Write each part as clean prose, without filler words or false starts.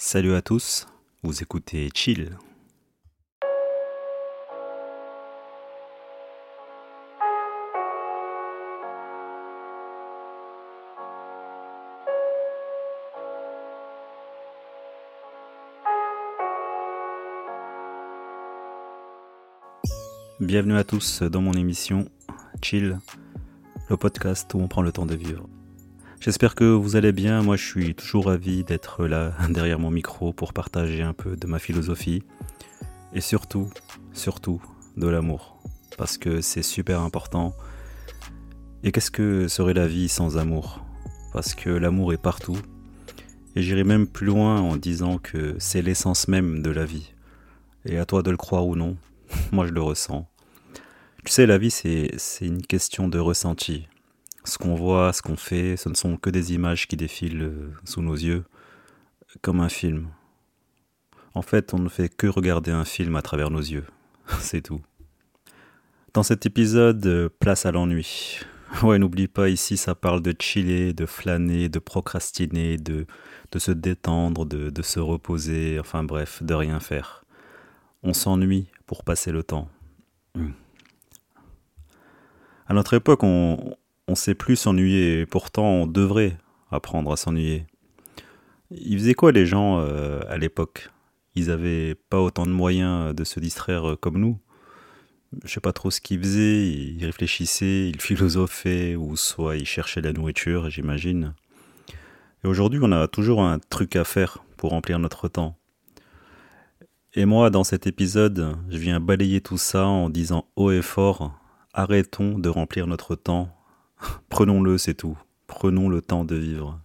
Salut à tous, vous écoutez Chill. Bienvenue à tous dans mon émission Chill, le podcast où on prend le temps de vivre. J'espère que vous allez bien, moi je suis toujours ravi d'être là derrière mon micro pour partager un peu de ma philosophie et surtout de l'amour, parce que c'est super important. Et qu'est-ce que serait la vie sans amour ? Parce que l'amour est partout, et j'irai même plus loin en disant que c'est l'essence même de la vie. Et à toi de le croire ou non, moi je le ressens. Tu sais, la vie c'est une question de ressenti. Ce qu'on voit, ce qu'on fait, ce ne sont que des images qui défilent sous nos yeux, comme un film. En fait, on ne fait que regarder un film à travers nos yeux. C'est tout. Dans cet épisode, place à l'ennui. Ouais, n'oublie pas, ici, ça parle de chiller, de flâner, de procrastiner, de se détendre, de se reposer, enfin bref, de rien faire. On s'ennuie pour passer le temps. À notre époque, on sait plus s'ennuyer, et pourtant on devrait apprendre à s'ennuyer. Ils faisaient quoi les gens à l'époque ? Ils avaient pas autant de moyens de se distraire comme nous. Je sais pas trop ce qu'ils faisaient, ils réfléchissaient, ils philosophaient, ou soit ils cherchaient la nourriture, j'imagine. Et aujourd'hui, on a toujours un truc à faire pour remplir notre temps. Et moi, dans cet épisode, je viens balayer tout ça en disant haut et fort, arrêtons de remplir notre temps, prenons-le, c'est tout. Prenons le temps de vivre.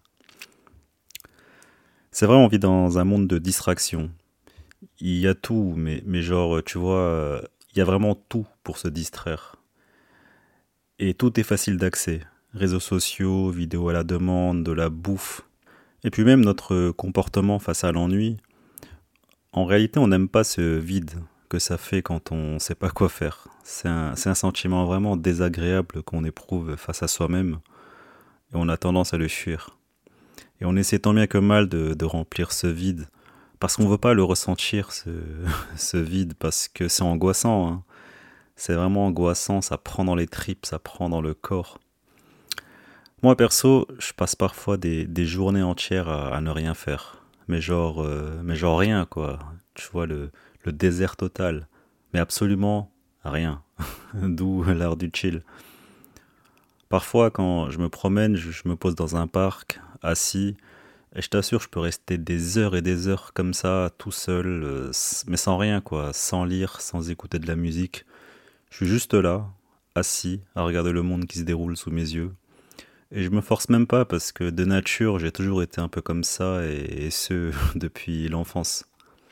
C'est vrai, on vit dans un monde de distraction. Il y a tout, mais genre, tu vois, il y a vraiment tout pour se distraire. Et tout est facile d'accès. Réseaux sociaux, vidéos à la demande, de la bouffe. Et puis même notre comportement face à l'ennui. En réalité, on n'aime pas ce vide que ça fait quand on ne sait pas quoi faire. C'est un sentiment vraiment désagréable qu'on éprouve face à soi-même. Et on a tendance à le fuir. Et on essaie tant bien que mal de remplir ce vide. Parce qu'on ne veut pas le ressentir, ce vide, parce que c'est angoissant. Hein. C'est vraiment angoissant, ça prend dans les tripes, ça prend dans le corps. Moi, perso, je passe parfois des journées entières à ne rien faire. Mais genre rien, quoi. Tu vois, le désert total. Mais absolument rien. D'où l'art du chill. Parfois, quand je me promène, je me pose dans un parc, assis, et je t'assure, je peux rester des heures et des heures comme ça, tout seul, mais sans rien, quoi. Sans lire, sans écouter de la musique. Je suis juste là, assis, à regarder le monde qui se déroule sous mes yeux. Et je me force même pas parce que de nature, j'ai toujours été un peu comme ça, et ce, depuis l'enfance.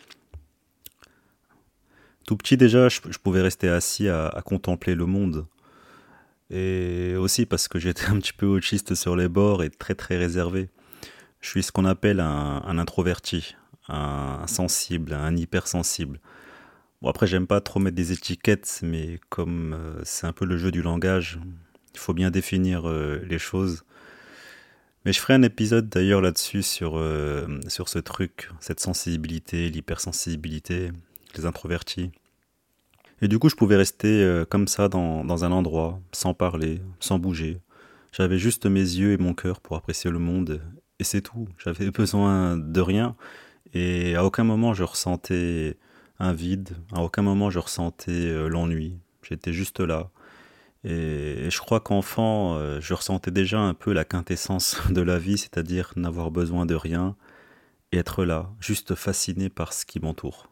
Tout petit déjà, je pouvais rester assis à contempler le monde. Et aussi parce que j'étais un petit peu autiste sur les bords et très très réservé. Je suis ce qu'on appelle un introverti, un sensible, un hypersensible. Bon après j'aime pas trop mettre des étiquettes, mais comme c'est un peu le jeu du langage, il faut bien définir les choses. Mais je ferai un épisode d'ailleurs là-dessus sur ce truc, cette sensibilité, l'hypersensibilité, les introvertis. Et du coup je pouvais rester comme ça dans un endroit, sans parler, sans bouger. J'avais juste mes yeux et mon cœur pour apprécier le monde, et c'est tout. J'avais besoin de rien, et à aucun moment je ressentais un vide, à aucun moment je ressentais l'ennui. J'étais juste là. Et je crois qu'enfant, je ressentais déjà un peu la quintessence de la vie, c'est-à-dire n'avoir besoin de rien et être là, juste fasciné par ce qui m'entoure.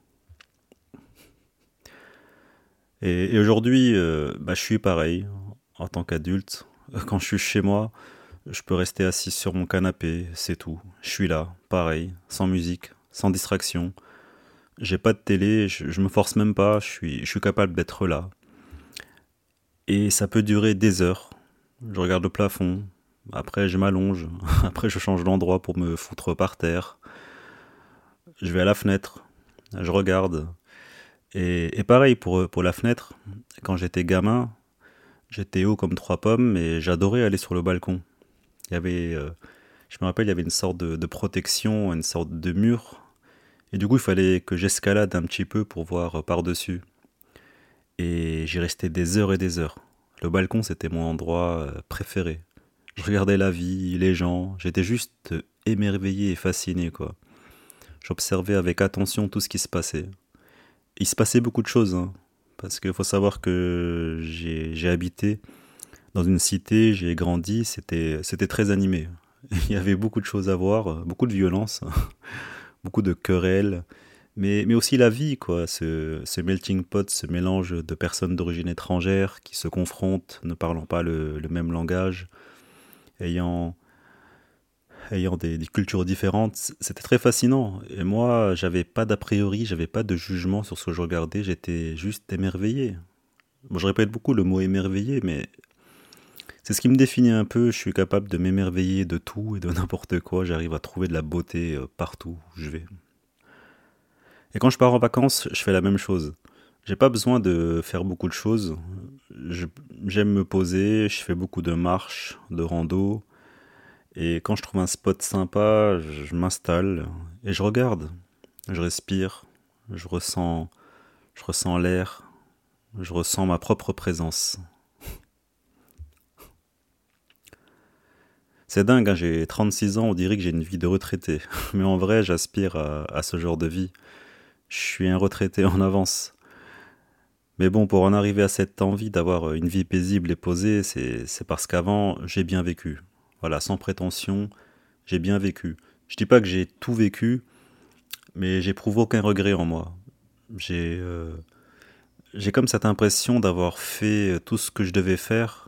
Et aujourd'hui, je suis pareil en tant qu'adulte. Quand je suis chez moi, je peux rester assis sur mon canapé, c'est tout. Je suis là, pareil, sans musique, sans distraction. J'ai pas de télé, je me force même pas, je suis capable d'être là. Et ça peut durer des heures. Je regarde le plafond, après je m'allonge, après je change d'endroit pour me foutre par terre. Je vais à la fenêtre, je regarde. Et pareil pour la fenêtre, quand j'étais gamin, j'étais haut comme trois pommes et j'adorais aller sur le balcon. Il y avait, je me rappelle, il y avait une sorte de protection, une sorte de mur. Et du coup, il fallait que j'escalade un petit peu pour voir par-dessus. Et j'y restais des heures et des heures. Le balcon, c'était mon endroit préféré. Je regardais la vie, les gens, j'étais juste émerveillé et fasciné, quoi. J'observais avec attention tout ce qui se passait. Il se passait beaucoup de choses, hein, parce qu'il faut savoir que j'ai habité dans une cité, j'ai grandi, c'était très animé. Il y avait beaucoup de choses à voir, beaucoup de violence, beaucoup de querelles, mais aussi la vie, quoi, ce melting pot, ce mélange de personnes d'origine étrangère qui se confrontent, ne parlant pas le même langage, ayant, ayant des cultures différentes. C'était très fascinant. Et moi, j'avais pas d'a priori, j'avais pas de jugement sur ce que je regardais, j'étais juste émerveillé. Bon, je répète beaucoup le mot émerveillé, mais c'est ce qui me définit un peu. Je suis capable de m'émerveiller de tout et de n'importe quoi. J'arrive à trouver de la beauté partout où je vais. Et quand je pars en vacances, je fais la même chose. J'ai pas besoin de faire beaucoup de choses. Je- J'aime me poser, je fais beaucoup de marches, de rando. Et quand je trouve un spot sympa, je m'installe et je regarde. Je respire, je ressens, je ressens l'air, je ressens ma propre présence. C'est dingue, hein, j'ai 36 ans, on dirait que j'ai une vie de retraité. Mais en vrai, j'aspire à ce genre de vie. Je suis un retraité en avance. Mais bon, pour en arriver à cette envie d'avoir une vie paisible et posée, c'est parce qu'avant, j'ai bien vécu. Voilà, sans prétention, j'ai bien vécu. Je dis pas que j'ai tout vécu, mais j'éprouve aucun regret en moi. J'ai j'ai comme cette impression d'avoir fait tout ce que je devais faire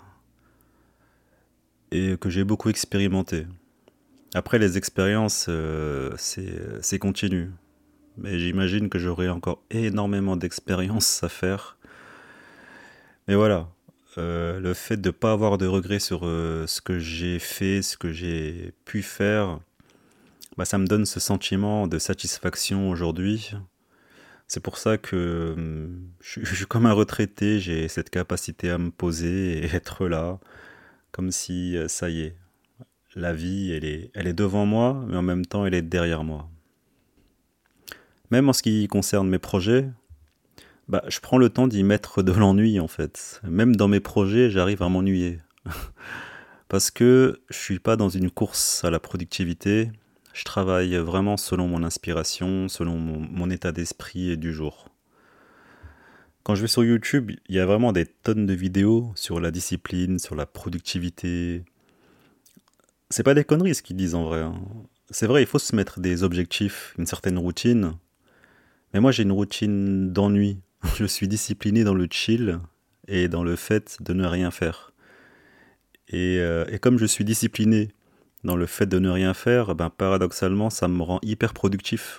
et que j'ai beaucoup expérimenté. Après, les expériences, c'est continu. Mais j'imagine que j'aurai encore énormément d'expériences à faire. Mais voilà, le fait de ne pas avoir de regrets sur ce que j'ai fait, ce que j'ai pu faire, bah, ça me donne ce sentiment de satisfaction aujourd'hui. C'est pour ça que je suis comme un retraité, j'ai cette capacité à me poser et être là, comme si ça y est, la vie, elle est devant moi, mais en même temps, elle est derrière moi. Même en ce qui concerne mes projets, bah, je prends le temps d'y mettre de l'ennui en fait. Même dans mes projets, j'arrive à m'ennuyer. Parce que je suis pas dans une course à la productivité. Je travaille vraiment selon mon inspiration, selon mon état d'esprit du jour. Quand je vais sur YouTube, il y a vraiment des tonnes de vidéos sur la discipline, sur la productivité. C'est pas des conneries ce qu'ils disent en vrai, hein. C'est vrai, il faut se mettre des objectifs, une certaine routine. Mais moi, j'ai une routine d'ennui. Je suis discipliné dans le chill et dans le fait de ne rien faire. Et comme je suis discipliné dans le fait de ne rien faire, ben paradoxalement, ça me rend hyper productif.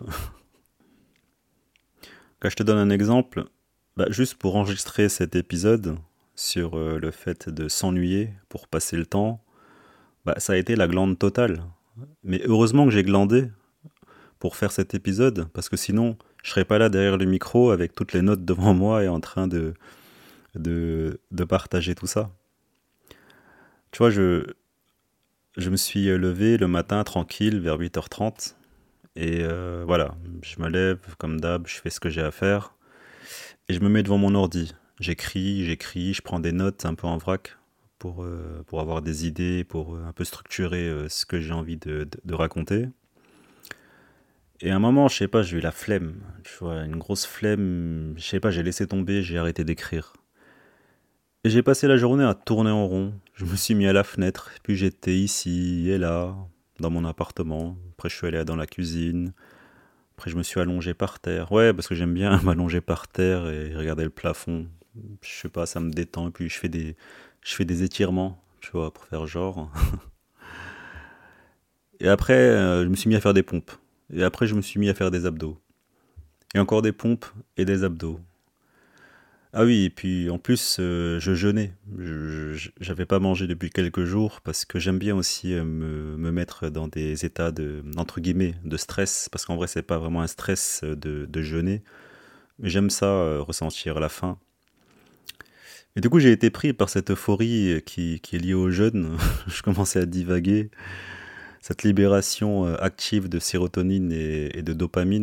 Quand je te donne un exemple, bah, juste pour enregistrer cet épisode sur le fait de s'ennuyer pour passer le temps, bah, ça a été la glande totale. Mais heureusement que j'ai glandé pour faire cet épisode, parce que sinon, je serais pas là derrière le micro avec toutes les notes devant moi et en train de partager tout ça. Tu vois, je me suis levé le matin tranquille vers 8h30 et voilà, je me lève comme d'hab, je fais ce que j'ai à faire et je me mets devant mon ordi. J'écris, je prends des notes un peu en vrac pour avoir des idées, pour un peu structurer ce que j'ai envie de raconter. Et à un moment, je sais pas, j'ai eu la flemme, tu vois, une grosse flemme, je sais pas, j'ai laissé tomber, j'ai arrêté d'écrire. Et j'ai passé la journée à tourner en rond. Je me suis mis à la fenêtre, puis j'étais ici et là, dans mon appartement. Après, je suis allé dans la cuisine. Après, je me suis allongé par terre. Ouais, parce que j'aime bien m'allonger par terre et regarder le plafond. Je sais pas, ça me détend. Et puis, je fais des étirements, tu vois, pour faire genre. Et après, je me suis mis à faire des pompes. Et après, je me suis mis à faire des abdos. Et encore des pompes et des abdos. Ah oui, et puis en plus, je jeûnais. J'avais pas mangé depuis quelques jours parce que j'aime bien aussi me mettre dans des états entre guillemets, de stress. Parce qu'en vrai, c'est pas vraiment un stress de jeûner. Mais j'aime ça, ressentir la faim. Et du coup, j'ai été pris par cette euphorie qui est liée au jeûne. Je commençais à divaguer. Cette libération active de sérotonine et de dopamine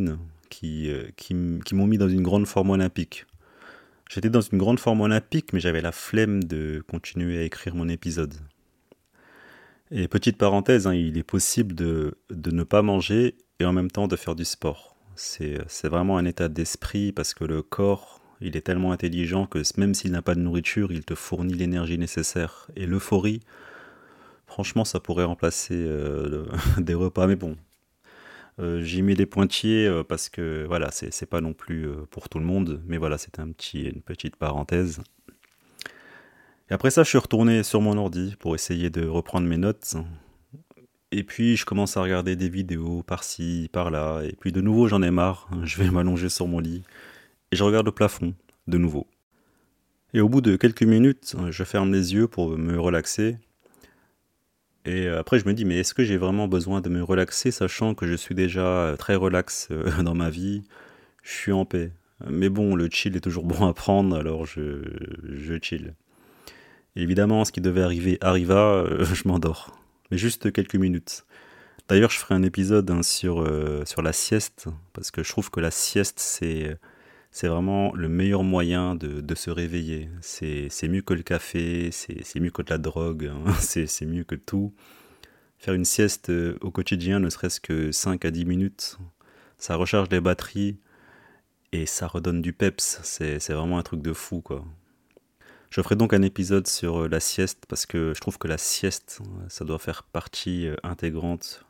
qui m'ont mis dans une grande forme olympique. J'étais dans une grande forme olympique, mais j'avais la flemme de continuer à écrire mon épisode. Et petite parenthèse, hein, il est possible de ne pas manger et en même temps de faire du sport. C'est vraiment un état d'esprit parce que le corps, il est tellement intelligent que même s'il n'a pas de nourriture, il te fournit l'énergie nécessaire. Et l'euphorie, franchement, ça pourrait remplacer des repas. Mais bon, j'ai mis des pointillés parce que voilà, c'est pas non plus pour tout le monde. Mais voilà, c'était une petite parenthèse. Et après ça, je suis retourné sur mon ordi pour essayer de reprendre mes notes. Et puis, je commence à regarder des vidéos par-ci, par-là. Et puis, de nouveau, j'en ai marre. Je vais m'allonger sur mon lit. Et je regarde le plafond, de nouveau. Et au bout de quelques minutes, je ferme les yeux pour me relaxer. Et après, je me dis, mais est-ce que j'ai vraiment besoin de me relaxer, sachant que je suis déjà très relax dans ma vie? Je suis en paix. Mais bon, le chill est toujours bon à prendre, alors je chill. Et évidemment, ce qui devait arriver arriva, je m'endors. Mais juste quelques minutes. D'ailleurs, je ferai un épisode sur la sieste, parce que je trouve que la sieste, c'est vraiment le meilleur moyen de se réveiller. C'est mieux que le café, c'est mieux que de la drogue, hein, c'est mieux que tout. Faire une sieste au quotidien, ne serait-ce que 5 à 10 minutes, ça recharge les batteries et ça redonne du peps. C'est vraiment un truc de fou, quoi. Je ferai donc un épisode sur la sieste, parce que je trouve que la sieste, ça doit faire partie intégrante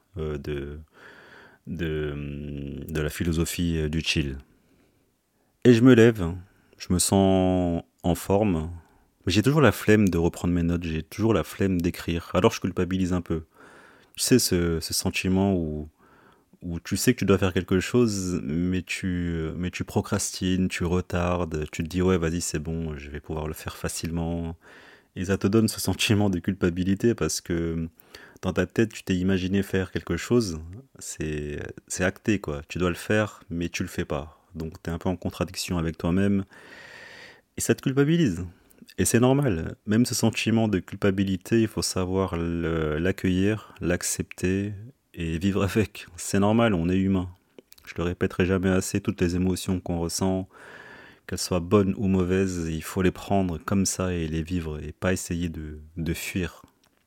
de la philosophie du chill. Et je me lève, je me sens en forme, mais j'ai toujours la flemme de reprendre mes notes, j'ai toujours la flemme d'écrire, alors je culpabilise un peu. Tu sais, ce sentiment où tu sais que tu dois faire quelque chose, mais tu procrastines, tu retardes, tu te dis ouais vas-y c'est bon, je vais pouvoir le faire facilement. Et ça te donne ce sentiment de culpabilité parce que dans ta tête tu t'es imaginé faire quelque chose, c'est acté quoi, tu dois le faire mais tu le fais pas. Donc t'es un peu en contradiction avec toi-même et ça te culpabilise. Et c'est normal, même ce sentiment de culpabilité, il faut savoir l'accueillir, l'accepter et vivre avec. C'est normal, on est humain. Je le répéterai jamais assez, toutes les émotions qu'on ressent, qu'elles soient bonnes ou mauvaises, il faut les prendre comme ça et les vivre et pas essayer de fuir.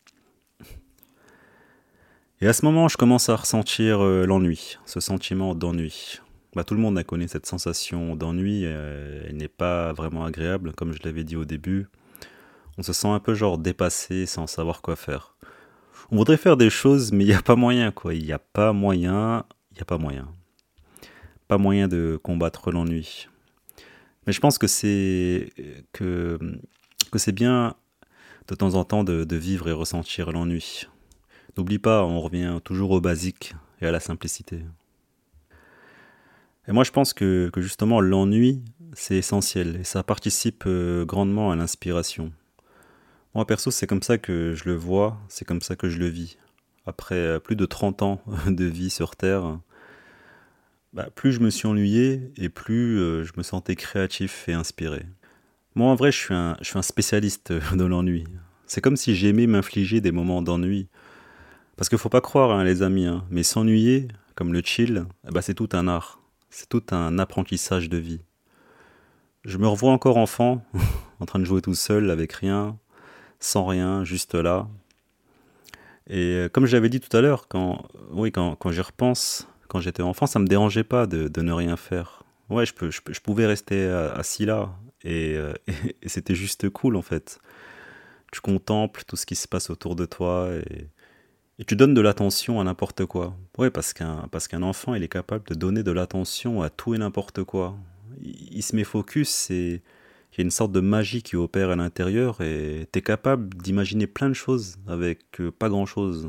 Et à ce moment, je commence à ressentir l'ennui, ce sentiment d'ennui. Tout le monde a connu cette sensation d'ennui, elle n'est pas vraiment agréable, comme je l'avais dit au début. On se sent un peu genre dépassé sans savoir quoi faire. On voudrait faire des choses, mais il n'y a pas moyen, quoi. Il n'y a pas moyen, il n'y a pas moyen. Pas moyen de combattre l'ennui. Mais je pense que, que c'est bien de temps en temps de vivre et ressentir l'ennui. N'oublie pas, on revient toujours au basique et à la simplicité. Et moi, je pense que justement, l'ennui, c'est essentiel et ça participe grandement à l'inspiration. Moi, perso, c'est comme ça que je le vois, c'est comme ça que je le vis. Après plus de 30 ans de vie sur Terre, plus je me suis ennuyé et plus je me sentais créatif et inspiré. Moi, en vrai, je suis un spécialiste de l'ennui. C'est comme si j'aimais m'infliger des moments d'ennui. Parce qu'il faut pas croire, hein, les amis, hein, mais s'ennuyer, comme le chill, c'est tout un art. C'est tout un apprentissage de vie. Je me revois encore enfant, en train de jouer tout seul, avec rien, sans rien, juste là. Et comme je l'avais dit tout à l'heure, quand j'y repense, quand j'étais enfant, ça me dérangeait pas de ne rien faire. Ouais, je pouvais rester assis là, et c'était juste cool en fait. Tu contemples tout ce qui se passe autour de toi, et tu donnes de l'attention à n'importe quoi. Ouais, parce qu'un enfant, il est capable de donner de l'attention à tout et n'importe quoi. Il se met focus, et il y a une sorte de magie qui opère à l'intérieur, et t'es capable d'imaginer plein de choses avec pas grand-chose.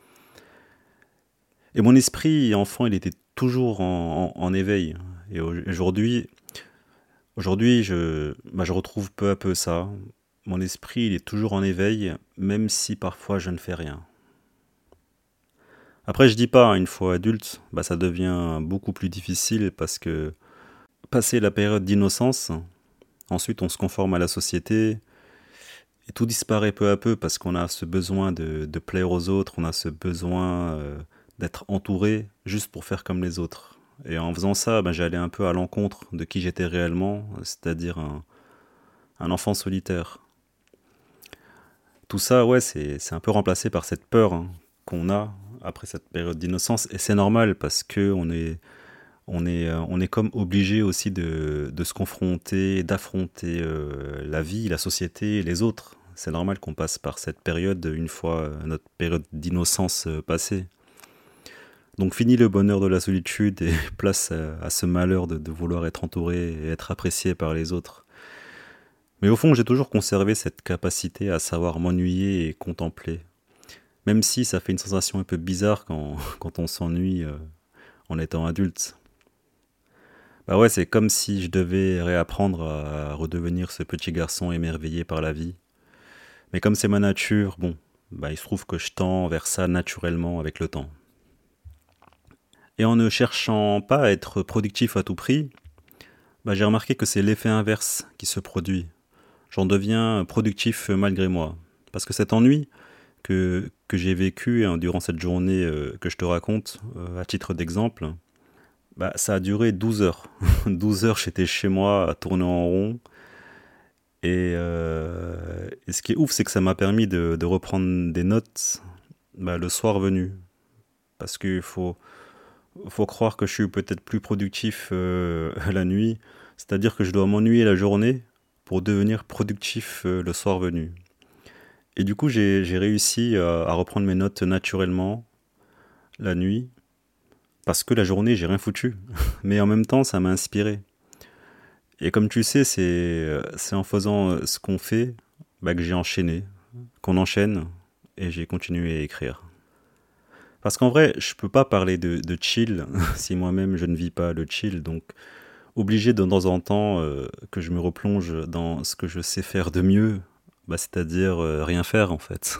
Et mon esprit enfant, il était toujours en éveil. Et aujourd'hui, je retrouve peu à peu ça. Mon esprit, il est toujours en éveil, même si parfois je ne fais rien. Après, je dis pas, hein, une fois adulte, ça devient beaucoup plus difficile parce que passer la période d'innocence, ensuite on se conforme à la société et tout disparaît peu à peu parce qu'on a ce besoin de plaire aux autres, on a ce besoin d'être entouré juste pour faire comme les autres. Et en faisant ça, j'allais un peu à l'encontre de qui j'étais réellement, c'est-à-dire un enfant solitaire. Tout ça, ouais, c'est un peu remplacé par cette peur hein, qu'on a après cette période d'innocence. Et c'est normal parce que on est comme obligé aussi de se confronter, d'affronter la vie, la société, les autres. C'est normal qu'on passe par cette période une fois notre période d'innocence passée. Donc fini le bonheur de la solitude et place à ce malheur de vouloir être entouré et être apprécié par les autres. Mais au fond, j'ai toujours conservé cette capacité à savoir m'ennuyer et contempler. Même si ça fait une sensation un peu bizarre quand on s'ennuie en étant adulte. Bah ouais, c'est comme si je devais réapprendre à redevenir ce petit garçon émerveillé par la vie. Mais comme c'est ma nature, bon, bah il se trouve que je tends vers ça naturellement avec le temps. Et en ne cherchant pas à être productif à tout prix, j'ai remarqué que c'est l'effet inverse qui se produit. J'en deviens productif malgré moi. Parce que cet ennui que j'ai vécu hein, durant cette journée que je te raconte, à titre d'exemple, ça a duré 12 heures. 12 heures, j'étais chez moi à tourner en rond. Et ce qui est ouf, c'est que ça m'a permis de reprendre des notes le soir venu. Parce qu'il faut croire que je suis peut-être plus productif la nuit. C'est-à-dire que je dois m'ennuyer la journée pour devenir productif le soir venu. Et du coup, j'ai réussi à reprendre mes notes naturellement la nuit. Parce que la journée, j'ai rien foutu. Mais en même temps, ça m'a inspiré. Et comme tu sais, c'est en faisant ce qu'on fait que j'ai enchaîné, qu'on enchaîne, et j'ai continué à écrire. Parce qu'en vrai, je peux pas parler de chill si moi-même je ne vis pas le chill, donc obligé de temps en temps que je me replonge dans ce que je sais faire de mieux, c'est-à-dire rien faire en fait.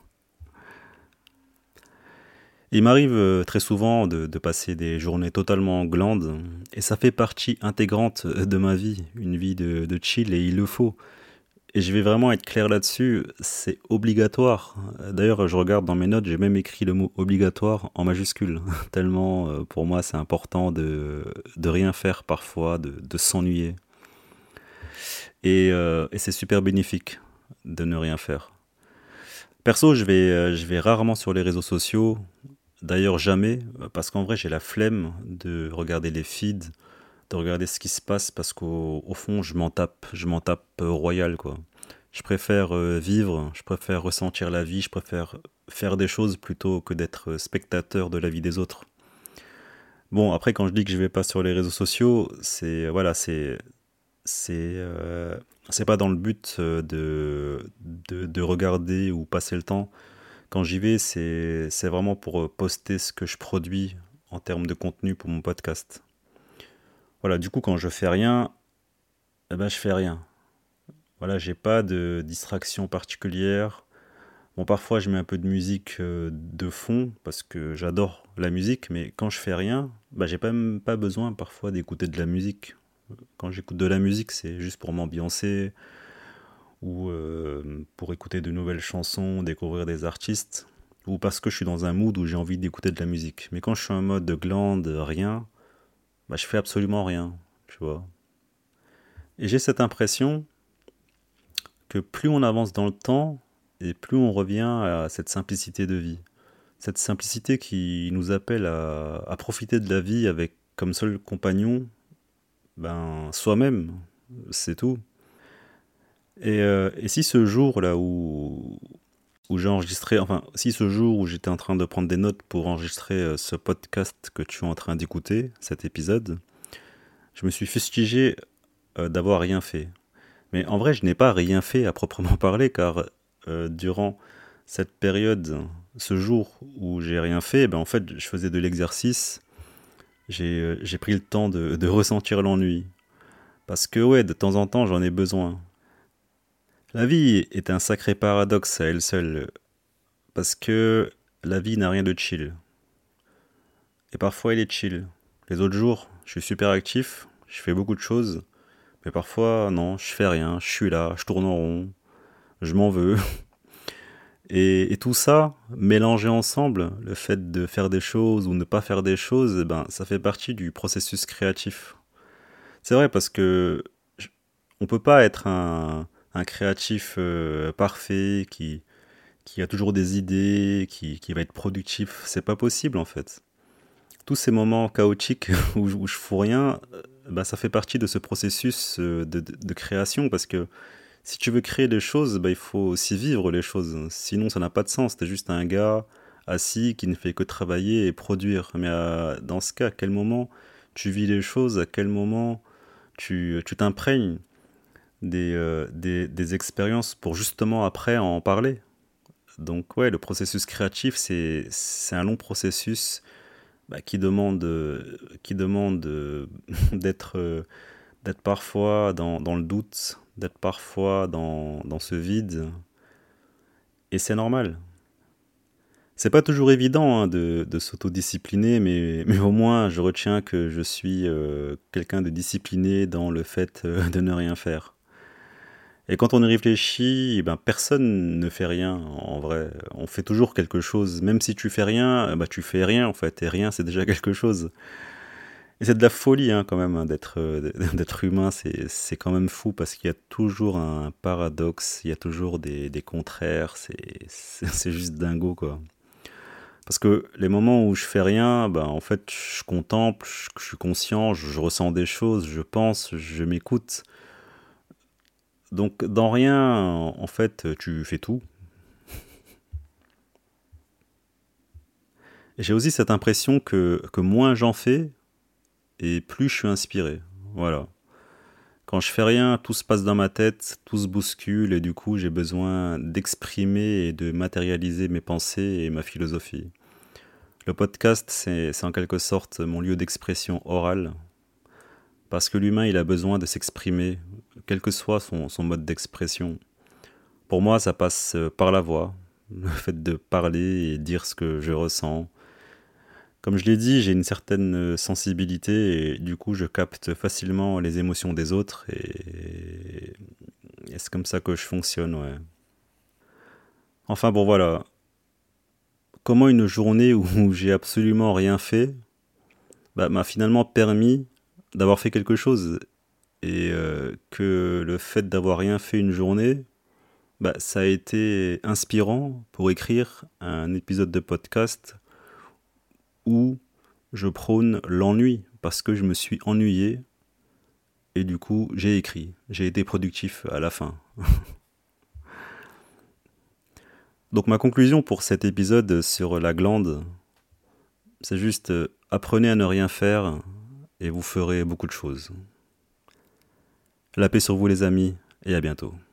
Il m'arrive très souvent de passer des journées totalement glandes, et ça fait partie intégrante de ma vie, une vie de chill, et il le faut. Et je vais vraiment être clair là-dessus, c'est obligatoire. D'ailleurs, je regarde dans mes notes, j'ai même écrit le mot obligatoire en majuscule, tellement pour moi c'est important de rien faire parfois, de s'ennuyer. Et c'est super bénéfique de ne rien faire. Perso, je vais rarement sur les réseaux sociaux, d'ailleurs jamais, parce qu'en vrai j'ai la flemme de regarder les feeds, de regarder ce qui se passe, parce qu'au fond je m'en tape royal quoi. Je préfère vivre, je préfère ressentir la vie, je préfère faire des choses plutôt que d'être spectateur de la vie des autres. Bon, après quand je dis que je vais pas sur les réseaux sociaux, c'est voilà, c'est c'est pas dans le but de regarder ou passer le temps. Quand j'y vais, c'est vraiment pour poster ce que je produis en termes de contenu pour mon podcast. Voilà, du coup quand je fais rien, je fais rien. Voilà, j'ai pas de distraction particulière. Bon, parfois je mets un peu de musique de fond parce que j'adore la musique, mais quand je fais rien, j'ai même pas besoin parfois d'écouter de la musique. Quand j'écoute de la musique, c'est juste pour m'ambiancer ou pour écouter de nouvelles chansons, découvrir des artistes, ou parce que je suis dans un mood où j'ai envie d'écouter de la musique. Mais quand je suis en mode de glande, rien, je fais absolument rien, tu vois. Et j'ai cette impression que plus on avance dans le temps, et plus on revient à cette simplicité de vie. Cette simplicité qui nous appelle à profiter de la vie avec comme seul compagnon, soi-même, c'est tout. Et si ce jour-là où j'ai enregistré, enfin, si ce jour où j'étais en train de prendre des notes pour enregistrer ce podcast que tu es en train d'écouter, cet épisode, je me suis fustigé d'avoir rien fait. Mais en vrai, je n'ai pas rien fait à proprement parler, car durant cette période, ce jour où j'ai rien fait, en fait, je faisais de l'exercice, j'ai pris le temps de ressentir l'ennui. Parce que ouais, de temps en temps, j'en ai besoin. La vie est un sacré paradoxe à elle seule, parce que la vie n'a rien de chill. Et parfois, elle est chill. Les autres jours, je suis super actif, je fais beaucoup de choses, mais parfois, non, je fais rien, je suis là, je tourne en rond, je m'en veux. Et tout ça, mélangé ensemble, le fait de faire des choses ou ne pas faire des choses, eh ben, ça fait partie du processus créatif. C'est vrai parce que on peut pas être un créatif parfait qui a toujours des idées, qui va être productif. C'est pas possible en fait. Tous ces moments chaotiques où je fous rien, bah, ça fait partie de ce processus de création parce que si tu veux créer des choses, bah, il faut aussi vivre les choses. Sinon, ça n'a pas de sens. T'es juste un gars assis qui ne fait que travailler et produire. Mais dans ce cas, à quel moment tu vis les choses? À quel moment tu t'imprègnes des expériences pour justement après en parler? Donc ouais, le processus créatif, c'est un long processus bah, qui demande d'être d'être parfois dans le doute, d'être parfois dans ce vide. Et c'est normal. C'est pas toujours évident hein, de s'autodiscipliner, mais au moins je retiens que je suis quelqu'un de discipliné dans le fait de ne rien faire. Et quand on y réfléchit, eh ben, personne ne fait rien en vrai. On fait toujours quelque chose. Même si tu fais rien, bah, tu fais rien en fait. Et rien, c'est déjà quelque chose. Et c'est de la folie hein, quand même hein, d'être humain. C'est quand même fou parce qu'il y a toujours un paradoxe. Il y a toujours des contraires. C'est juste dingo quoi. Parce que les moments où je fais rien, bah, en fait, je contemple, je suis conscient, je ressens des choses, je pense, je m'écoute. Donc dans rien, en fait, tu fais tout. Et j'ai aussi cette impression que moins j'en fais, et plus je suis inspiré. Voilà. Quand je fais rien, tout se passe dans ma tête, tout se bouscule, et du coup, j'ai besoin d'exprimer et de matérialiser mes pensées et ma philosophie. Le podcast, c'est en quelque sorte mon lieu d'expression orale, parce que l'humain, il a besoin de s'exprimer, quel que soit son mode d'expression. Pour moi, ça passe par la voix, le fait de parler et dire ce que je ressens. Comme je l'ai dit, j'ai une certaine sensibilité et du coup, je capte facilement les émotions des autres et c'est comme ça que je fonctionne, ouais. Enfin bon, voilà. Comment une journée où j'ai absolument rien fait bah, m'a finalement permis d'avoir fait quelque chose et que le fait d'avoir rien fait une journée, bah, ça a été inspirant pour écrire un épisode de podcast où je prône l'ennui parce que je me suis ennuyé et du coup j'ai écrit. J'ai été productif à la fin. Donc ma conclusion pour cet épisode sur la glande, c'est juste apprenez à ne rien faire et vous ferez beaucoup de choses. La paix sur vous les amis et à bientôt.